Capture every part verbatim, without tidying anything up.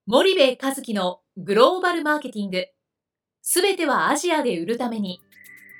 森部一樹のグローバルマーケティング、すべてはアジアで売るために。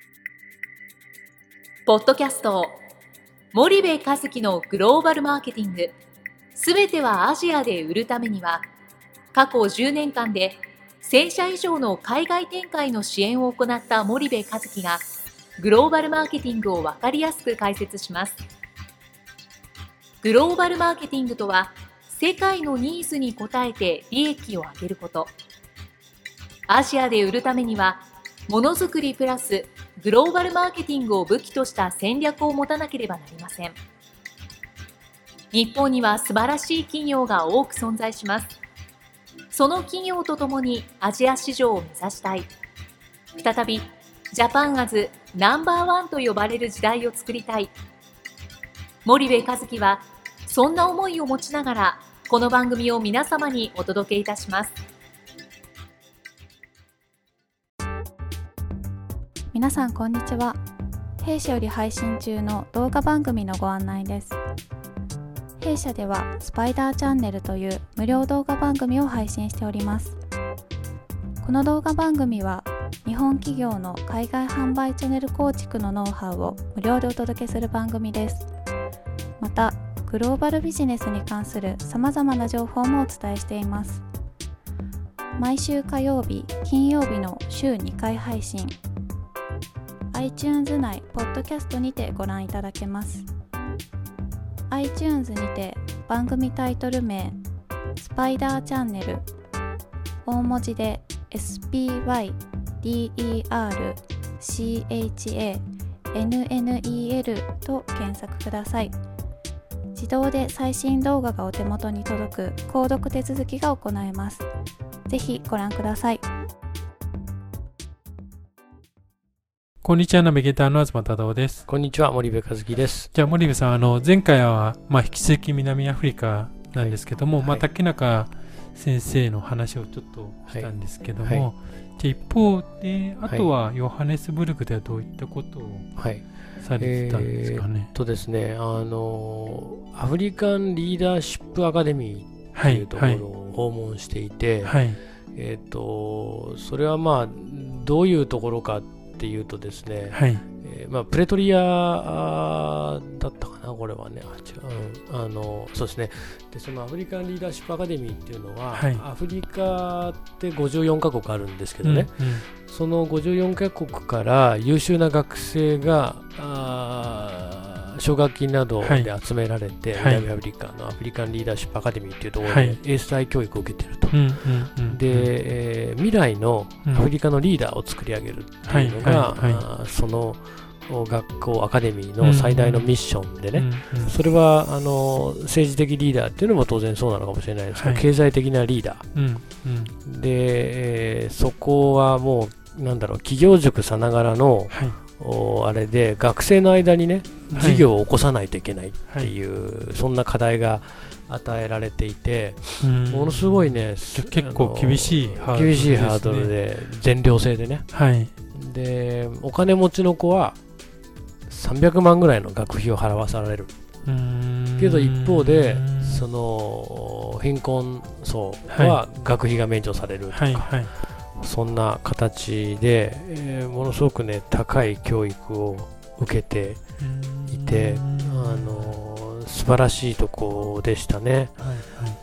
ポッドキャスト森部一樹のグローバルマーケティング、すべてはアジアで売るためには、過去じゅうねんかんでせんしゃ以上の海外展開の支援を行った森部一樹がグローバルマーケティングを分かりやすく解説します。グローバルマーケティングとは、世界のニーズに応えて利益を上げること。アジアで売るためには、ものづくりプラスグローバルマーケティングを武器とした戦略を持たなければなりません。日本には素晴らしい企業が多く存在します。その企業とともにアジア市場を目指したい。再びジャパンアズナンバーワンと呼ばれる時代を作りたい。森部一樹はそんな思いを持ちながら、この番組を皆様にお届けいたします。 皆さんこんにちは。弊社より配信中の動画番組のご案内です。弊社ではスパイダーチャンネルという無料動画番組を配信しております。この動画番組は日本企業の海外販売チャンネル構築のノウハウを無料でお届けする番組です。またグローバルビジネスに関するさまざまな情報もお伝えしています。毎週火曜日、金曜日の週にかい配信。iTunes 内、ポッドキャストにてご覧いただけます。iTunes にて番組タイトル名、スパイダーチャンネル、大文字で エスピーワイディーイーアールシーエイチエーエヌエヌイーエル と検索ください。自動で最新動画がお手元に届く購読手続きが行えます。ぜひご覧ください。 こんにちは、ナビゲーターの東忠夫です。 こんにちは、森部一樹です。 じゃあ森部さん、あの前回は、まあ、引き続き南アフリカなんですけども、はい、まあ、竹中先生の話をちょっとしたんですけども、はいはい、じゃあ一方で、あとはヨハネスブルクではどういったことをされてたんですかね。 えー、っとですね、あのアフリカンリーダーシップアカデミーというところを訪問していて、はいはい、えー、っとそれはまあどういうところかっていうとですね、はい、えーまあ、プレトリアだったかな、これはね、あ、違う、あのそうですね。でそのアフリカンリーダーシップアカデミーっていうのは、はい、アフリカってごじゅうよんカ国あるんですけどね、うんうん、そのごじゅうよんカ国から優秀な学生があ奨学金などで集められて、はい、南アフリカのアフリカンリーダーシップアカデミーっていうところで英才教育を受けていると、はい、で、えー、未来のアフリカのリーダーを作り上げるっていうのが、はいはいはい、その学校アカデミーの最大のミッションでね、うんうん、それはあの政治的リーダーっていうのも当然そうなのかもしれないですが、はい、経済的なリーダー、うんうん、で、えー、そこはもうなんだろう、企業塾さながらの、はい、あれで学生の間にね事業を起こさないといけないっていう、はい、そんな課題が与えられていて、ものすごいね、 結構厳しいハードルですね。 厳しいハードルで全寮制でね、はい、でお金持ちの子はさんびゃくまんぐらいの学費を払わされるけど、一方でその貧困層は学費が免除されるとか、はいはいはい、そんな形で、えー、ものすごくね高い教育を受けていて、あの素晴らしいとこでしたね、はいはい、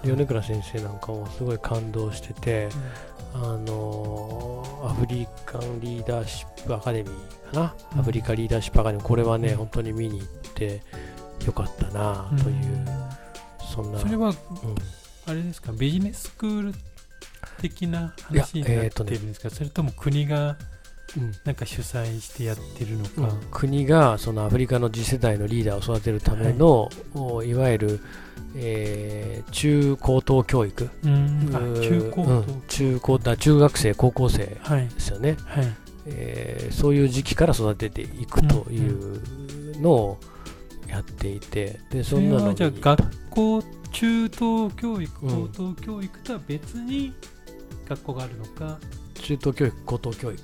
米倉先生なんかもすごい感動してて、うん、あのアフリカンリーダーシップアカデミーかな、うん、アフリカリーダーシップアカデミー、これはね、うん、本当に見に行ってよかったなという、うん、そんな。 それは、うん、あれですか、ビジネススクール的な話になってるんですか、えーとね、それとも国がなんか主催してやってるのか、うん、 国がそのアフリカの次世代のリーダーを育てるための、はい、いわゆる、えー、中高等教育、 うん、あ中高等、うん、 中高だ中学生高校生ですよね、はいはい、えー、そういう時期から育てていくというのをやっていて、 うん、でそんなのにじゃあ学校中等教育高等教育とは別に学校があるのか、 中等教育高等教育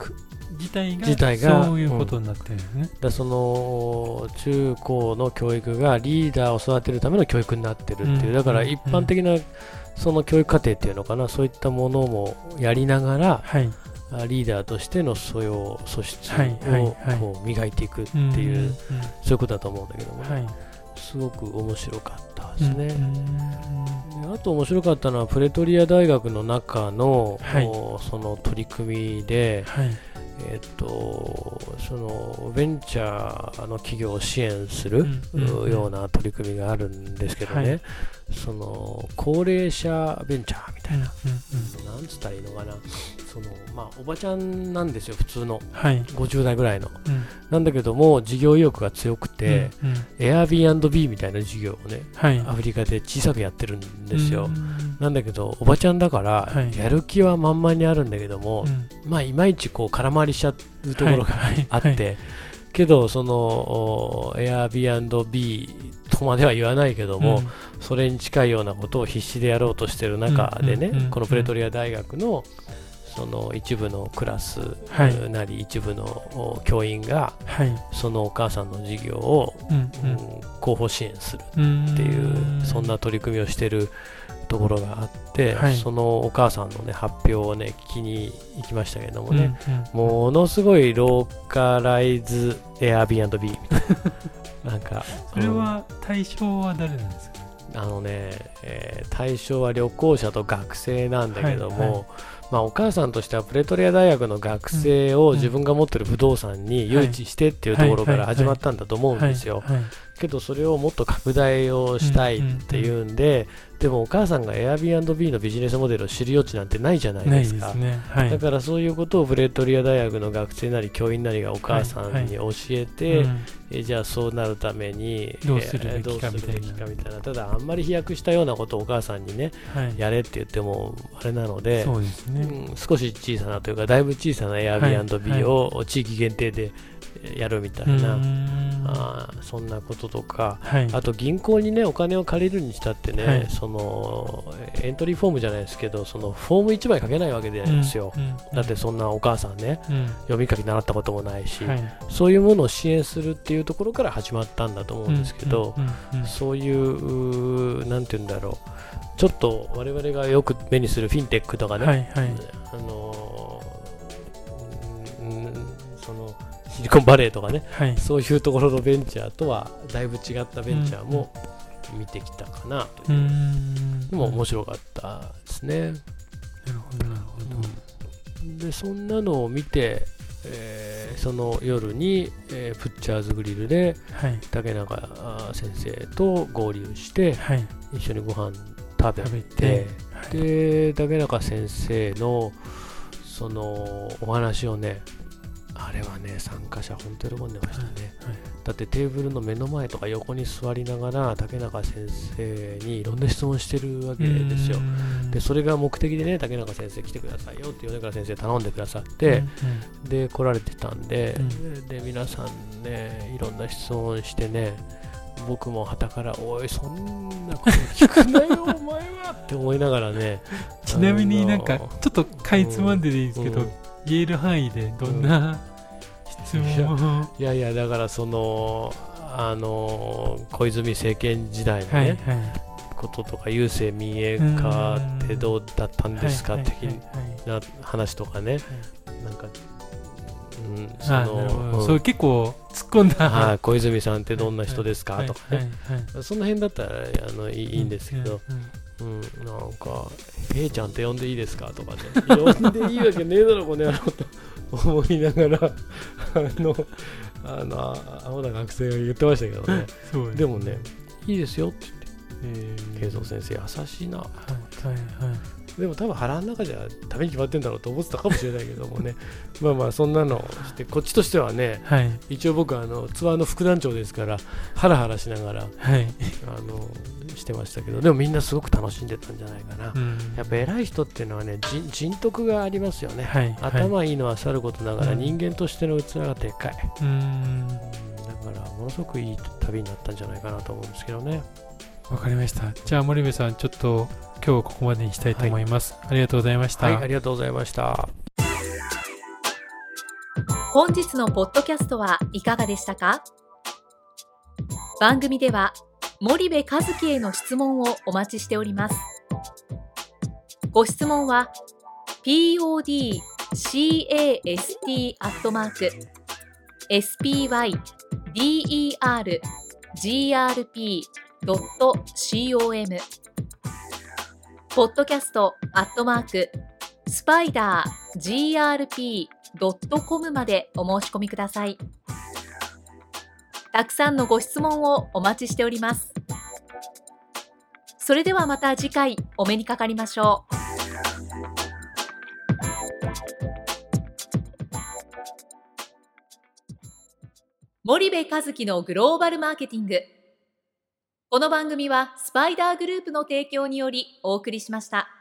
自体が自体がそういうことになってるんですね、 うん、だその中高の教育がリーダーを育てるための教育になってるっていう、うん、だから一般的なその教育課程っていうのかな、そういったものもやりながら、はい、リーダーとしての素養素質をこう磨いていくっていう、そういうことだと思うんだけども、ね、はい、すごく面白かったですね。であと面白かったのはプレトリア大学の中の、はい、その取り組みで、はい、えっとそのベンチャーの企業を支援するような取り組みがあるんですけどね、はい、その高齢者ベンチャーみたいな、なんつったらいいのかな、そのまあおばちゃんなんですよ、普通の、はい、ごじゅう代ぐらいの、うん、なんだけども事業意欲が強くて、うんうん、Airbnb みたいな事業をね、はい、アフリカで小さくやってるんですよ。なんだけどおばちゃんだから、はい、やる気は満々にあるんだけども、うん、まあいまいちこう空回りしちゃうところが、はい、あって、はいはい、けどその Airbnb とまでは言わないけども、うん、それに近いようなことを必死でやろうとしてる中でね、このプレトリア大学のその一部のクラスなり、はい、一部の教員が、はい、そのお母さんの事業を、うんうん、後方支援するっていう、そんな取り組みをしてるところがあって、はい、そのお母さんの、ね、発表を、ね、聞きに行きましたけどもね、うんうん、ものすごいローカライズ Airbnb みたいななんかそれは対象は誰なんですか？ あのね、えー、対象は旅行者と学生なんだけども、はいはい、まあ、お母さんとしてはプレトリア大学の学生を自分が持ってる不動産に誘致してっていうところから始まったんだと思うんですよ。けどそれをもっと拡大をしたいっていうんで、でもお母さんが Airbnb のビジネスモデルを知る余地なんてないじゃないですか。ないですね、はい、だからそういうことをプレトリア大学の学生なり教員なりがお母さんに教えて、はいはい、えじゃあそうなるためにどうするべきかみたいな、 ただあんまり飛躍したようなことをお母さんにね、はい、やれって言ってもあれなので、 そうですね、 うん、少し小さなというかだいぶ小さな Airbnb を地域限定でやるみたいな、はい、あそんなこととか、はい、あと銀行にねお金を借りるにしたってね、はい、そのエントリーフォームじゃないですけど、そのフォームいちまい書けないわけですよ、うんうん、だってそんなお母さんね、うん、読み書き習ったこともないし、はい、そういうものを支援するっていうところから始まったんだと思うんですけど、そういうなんていうんだろう、ちょっと我々がよく目にするフィンテックとかね、はいはい、あのー、うん、そのシリコンバレーとかね、はい、そういうところのベンチャーとはだいぶ違ったベンチャーも見てきたかなという、うん、でも面白かったですね。 なるほどなるほど、 うん、でそんなのを見て、えー、その夜に、えー、プッチャーズグリルで、はい、竹中先生と合流して、はい、一緒にご飯食べて、食べて、はい、で竹中先生のそのお話をね、あれはね参加者本当に喜んでましたね、はいはい、だってテーブルの目の前とか横に座りながら竹中先生にいろんな質問してるわけですよ。でそれが目的でね、竹中先生来てくださいよって米倉先生頼んでくださって、うんうん、で来られてたんで、うん、で皆さんねいろんな質問してね、僕も傍からおいそんなこと聞くなよお前はって思いながらねちなみになんかちょっとかいつまんででいいですけど、うんうん、言える範囲でどんな質問を、 いやいやだからそのあの小泉政権時代のね、はいはい、こととか郵政民営化ってどうだったんですか的な話とかね、なんか、うん、その、 うん、それ結構突っ込んだ、 はい、小泉さんってどんな人ですか、はい、とかね、はいはい、その辺だったらあのいいんですけど、うん、なんかへいちゃんって呼んでいいですかとかね、呼んでいいわけねえだろこの野郎と思いながらあのあの青田学生が言ってましたけどねそうですね、でもねいいですよって言って慶三先生優しいな、はいはいはい、でも多分腹の中じゃダメに決まってんだろうと思ってたかもしれないけどもねまあまあそんなのしてこっちとしてはね、はい、一応僕はあのツアーの副団長ですからハラハラしながら、はい、あのしてましたけど、でもみんなすごく楽しんでたんじゃないかな、うん、やっぱ偉い人っていうのはね人, 人徳がありますよね、はい、頭いいのはさることながら、はい、人間としての器がでかい、うん、だからものすごくいい旅になったんじゃないかなと思うんですけどね。 わかりました。じゃあ森部さんちょっと今日はここまでにしたいと思います、はい、ありがとうございました。 はい、ありがとうございました。 本日のポッドキャストはいかがでしたか？番組では森部一樹への質問をお待ちしております。ご質問は podcast アットマーク spydergrp.com ポッドキャストアットマークスパイダー ジーアールピードットコム までお申し込みください。たくさんのご質問をお待ちしております。それではまた次回お目にかかりましょう。森部一樹のグローバルマーケティング。この番組はスパイダーグループの提供によりお送りしました。